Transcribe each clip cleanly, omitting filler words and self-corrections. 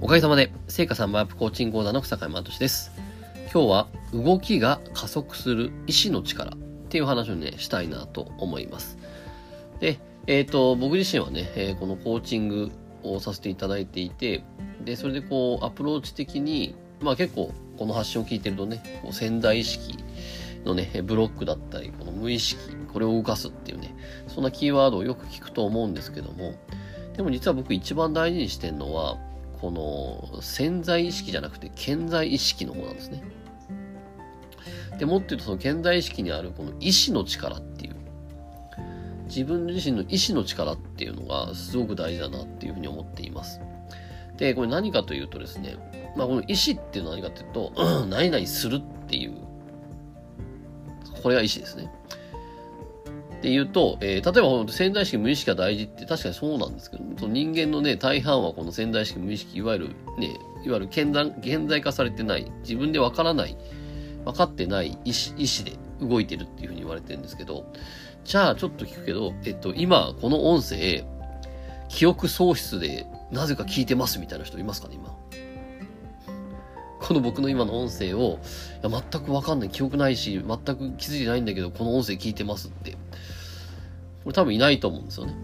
かげさまで成果3倍アップコーチング講座の草海真俊です。今日は動きが加速する意志の力っていう話をねしたいなと思います。で、僕自身はね、このコーチングをさせていただいていて、でそれでこうアプローチ的に結構この発信を聞いてるとね、こう潜在意識のねブロックだったりこの無意識これを動かすっていうね、そんなキーワードをよく聞くと思うんですけども、でも実は僕一番大事にしてるのはこの潜在意識じゃなくて潜在意識の方なんですね。でもっと言うとその潜在意識にあるこの意志の力っていう自分自身の意志の力っていうのがすごく大事だなっていうふうに思っています。でこれ何かというとですね、この意志っていうのは何かというと何々するっていうこれが意志ですね。っていうと、例えば潜在意識無意識が大事って確かにそうなんですけど、人間のね大半はこの潜在意識無意識いわゆる顕在化されてない自分でわからない分かってない意志で動いてるっていうふうに言われてるんですけど、じゃあちょっと聞くけど、今この音声記憶喪失でなぜか聞いてますみたいな人いますかね今。この僕の今の音声を全くわかんない記憶ないし全く気づいてないんだけどこの音声聞いてますってこれ多分いないと思うんですよね。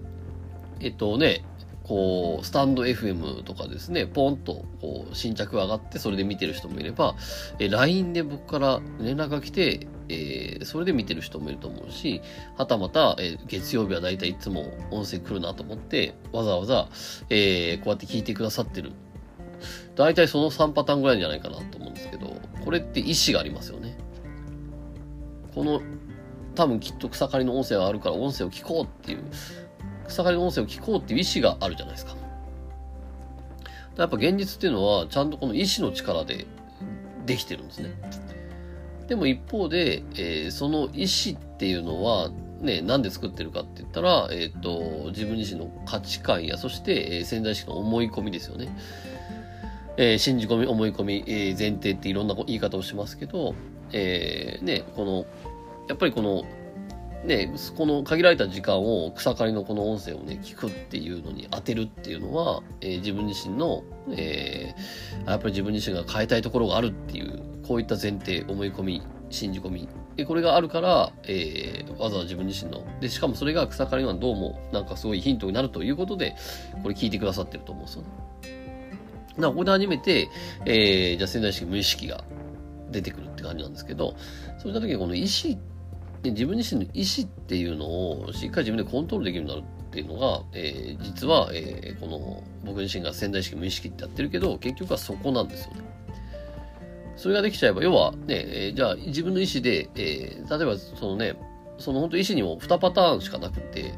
こうスタンド FM とかですねポンとこう新着が上がってそれで見てる人もいれば、LINE で僕から連絡が来て、それで見てる人もいると思うし、はたまた、月曜日はだいたいいつも音声来るなと思ってわざわざ、こうやって聞いてくださってる、だいたいその3パターンぐらいじゃないかなと思うんですけど、これって意思がありますよね。この多分きっと草刈りの音声があるから音声を聞こうっていう草刈りの音声を聞こうっていう意思があるじゃないですか。やっぱ現実っていうのはちゃんとこの意志の力でできてるんですね。でも一方で、その意志っていうのはね、なんで作ってるかって言ったら、自分自身の価値観やそして、潜在意識の思い込みですよね。信じ込み、思い込み、前提っていろんな言い方をしますけど、やっぱりこの限られた時間を草刈りのこの音声をね聞くっていうのに当てるっていうのは、自分自身の、やっぱり自分自身が変えたいところがあるっていうこういった前提、思い込み、信じ込みこれがあるから、わざわざ自分自身のでしかもそれが草刈りのどうもなんかすごいヒントになるということでこれ聞いてくださってると思うんですよね。ここで初めて、じゃあ潜在意識無意識が出てくるって感じなんですけど、そういった時にこの意識自分自身の意思っていうのをしっかり自分でコントロールできるようになるっていうのが、実は、この僕自身が潜在意識無意識ってやってるけど結局はそこなんですよね。それができちゃえば要はね、じゃあ自分の意思で、例えばその本当意思にも2パターンしかなくて、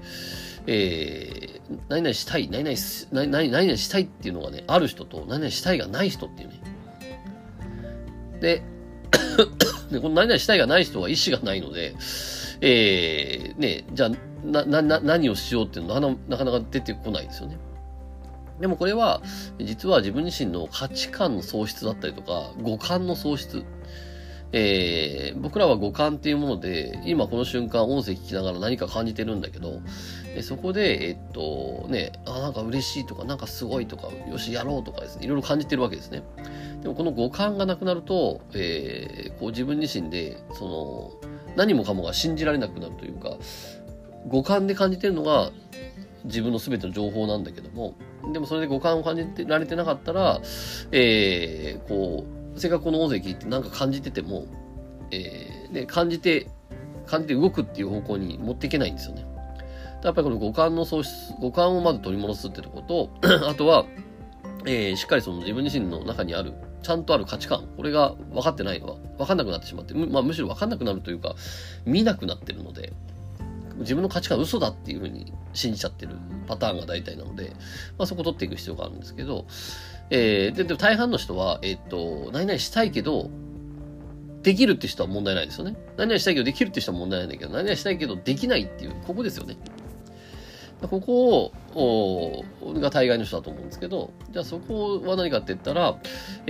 何々したい何々したいっていうのがねある人と何々したいがない人っていうね。でこの何々したいがない人は意思がないので、じゃあ何をしようっていうのはなかなか出てこないですよね。でもこれは実は自分自身の価値観の喪失だったりとか五感の喪失、僕らは五感っていうもので今この瞬間音声聞きながら何か感じてるんだけど、そこでなんか嬉しいとかなんかすごいとかよしやろうとかですねいろいろ感じてるわけですね。でもこの五感がなくなると、こう自分自身で何もかもが信じられなくなるというか、五感で感じてるのが自分の全ての情報なんだけども、でもそれで五感を感じられてなかったら、せっかくこの音声聞いてなんか感じてても、感じて動くっていう方向に持っていけないんですよね。やっぱりこの五感をまず取り戻すってとことあとは、しっかりその自分自身の中にあるちゃんとある価値観これが分かってないのは分かんなくなってしまってむしろ分かんなくなるというか見なくなってるので、自分の価値観嘘だっていうふうに信じちゃってるパターンが大体なので、そこを取っていく必要があるんですけど、でも大半の人は何々したいけどできるって人は問題ないですよね。何々したいけどできるって人は問題ないんだけど、何々したいけどできないっていうここですよね。ここが大概の人だと思うんですけど、じゃあそこは何かって言ったら、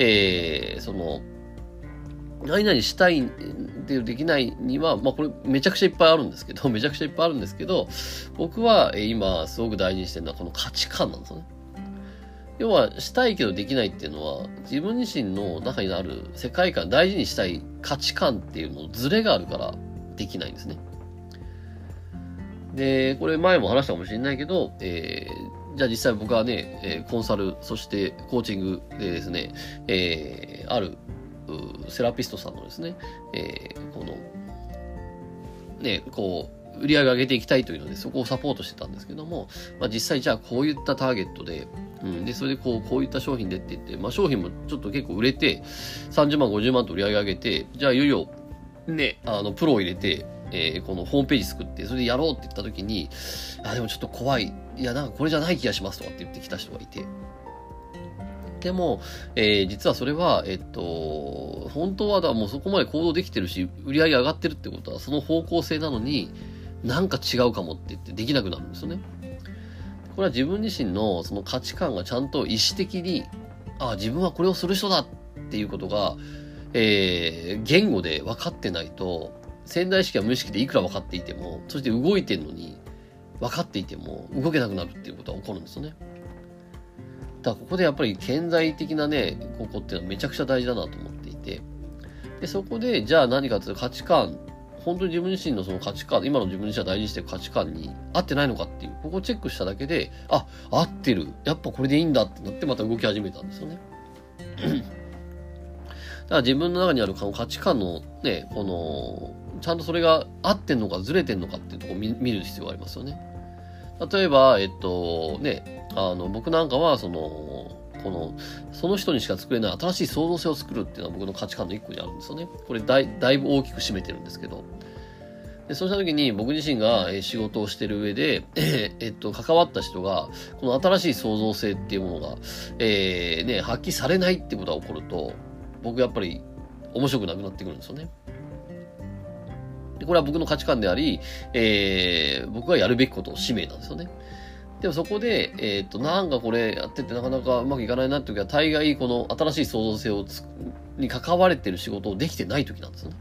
何々したいっていうできないには、これめちゃくちゃいっぱいあるんですけど、僕は今すごく大事にしてるのはこの価値観なんですよね。 要は、したいけどできないっていうのは、自分自身の中にある世界観、大事にしたい価値観っていうのズレがあるからできないんですね。で、これ前も話したかもしれないけど、じゃあ実際僕はね、コンサル、そしてコーチングでですね、あるセラピストさんのですね、この、ね、こう、売り上げ上げていきたいというので、そこをサポートしてたんですけども、実際じゃあこういったターゲットで、で、それでこういった商品でって言って、商品もちょっと結構売れて、30万、50万と売り上げ上げて、じゃあいよいよ、ね、プロを入れて、このホームページ作って、それでやろうって言った時に、でもちょっと怖い。いや、なんかこれじゃない気がしますとかって言ってきた人がいて。でも、実はそれは、本当はもうそこまで行動できてるし、売り上げ上がってるってことは、その方向性なのに、なんか違うかもって言ってできなくなるんですよね。これは自分自身のその価値観がちゃんと意思的に、自分はこれをする人だっていうことが、言語で分かってないと、潜在意識は無意識でいくら分かっていても、そして動いてるのに分かっていても動けなくなるっていうことが起こるんですよね。だからここでやっぱり顕在的なね、ここっていうのはめちゃくちゃ大事だなと思っていて。で、そこで、じゃあ何かというと価値観、本当に自分自身のその価値観、今の自分自身が大事にしている価値観に合ってないのかっていう、ここをチェックしただけで、合ってる。やっぱこれでいいんだってなってまた動き始めたんですよね。だから自分の中にあるこの価値観のね、ちゃんとそれが合ってんのかずれてんのかっていうところを見る必要がありますよね。例えば、僕なんかは、その人にしか作れない新しい創造性を作るっていうのは僕の価値観の一個にあるんですよね。これだいぶ大きく占めてるんですけど。でそうした時に僕自身が仕事をしてる上で、関わった人が、この新しい創造性っていうものが、発揮されないってことが起こると、僕やっぱり面白くなくなってくるんですよね。でこれは僕の価値観であり、僕がやるべきことを使命なんですよね。でもそこで、なんかこれやっててなかなかうまくいかないなって時は、大概この新しい創造性に関われてる仕事をできてない時なんですよね。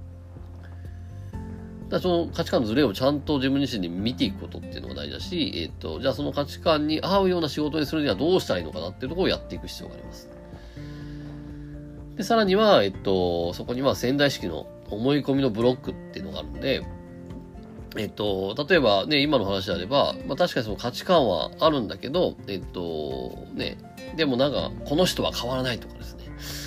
だからその価値観のズレをちゃんと自分自身で見ていくことっていうのが大事だし、じゃあその価値観に合うような仕事にするにはどうしたらいいのかなっていうところをやっていく必要があります。で、さらには、そこには潜在意識の思い込みのブロックっていうのがあるんで、例えばね、今の話であれば、確かにその価値観はあるんだけど、でもなんか、この人は変わらないとかです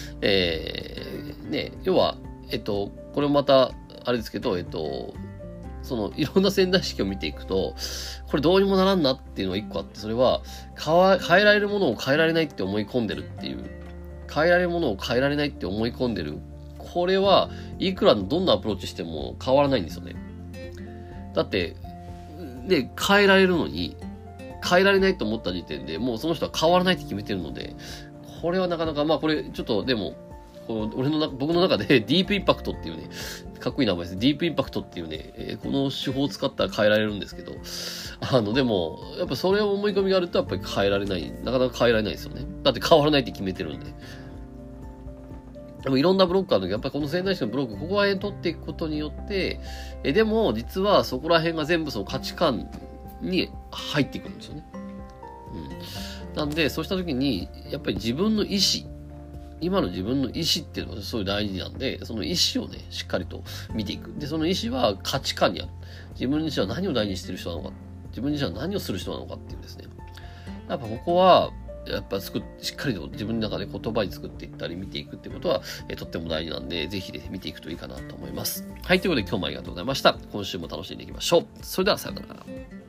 ね。要は、これもまた、あれですけど、いろんな潜在意識を見ていくと、これどうにもならんなっていうのが一個あって、それは、変えられるものを変えられないって思い込んでるっていう、変えられるものを変えられないって思い込んでる。これはいくらどんなアプローチしても変わらないんですよね。だって、ね、変えられるのに、変えられないと思った時点でもうその人は変わらないって決めてるので、これはなかなか、これちょっとでも、僕の中でディープインパクトっていうね、かっこいい名前です。ディープインパクトっていうね、この手法を使ったら変えられるんですけど、でも、やっぱそれを思い込みがあるとやっぱり変えられない、なかなか変えられないですよね。だって変わらないって決めてるんで。でもいろんなブロックあるんだけど、やっぱりこの潜在意識のブロック、ここら辺取っていくことによって、でも実はそこら辺が全部その価値観に入っていくんですよね。なんで、そうした時に、やっぱり自分の意思、今の自分の意思っていうのがすごい大事なんで、その意思をね、しっかりと見ていく。で、その意思は価値観にある。自分自身は何を大事にしてる人なのか、自分自身は何をする人なのかっていうですね。やっぱここは、やっぱしっかりと自分の中で言葉に作っていったり見ていくってことは、とっても大事なんで、ぜひね、見ていくといいかなと思います。はい、ということで今日もありがとうございました。今週も楽しんでいきましょう。それではさようなら。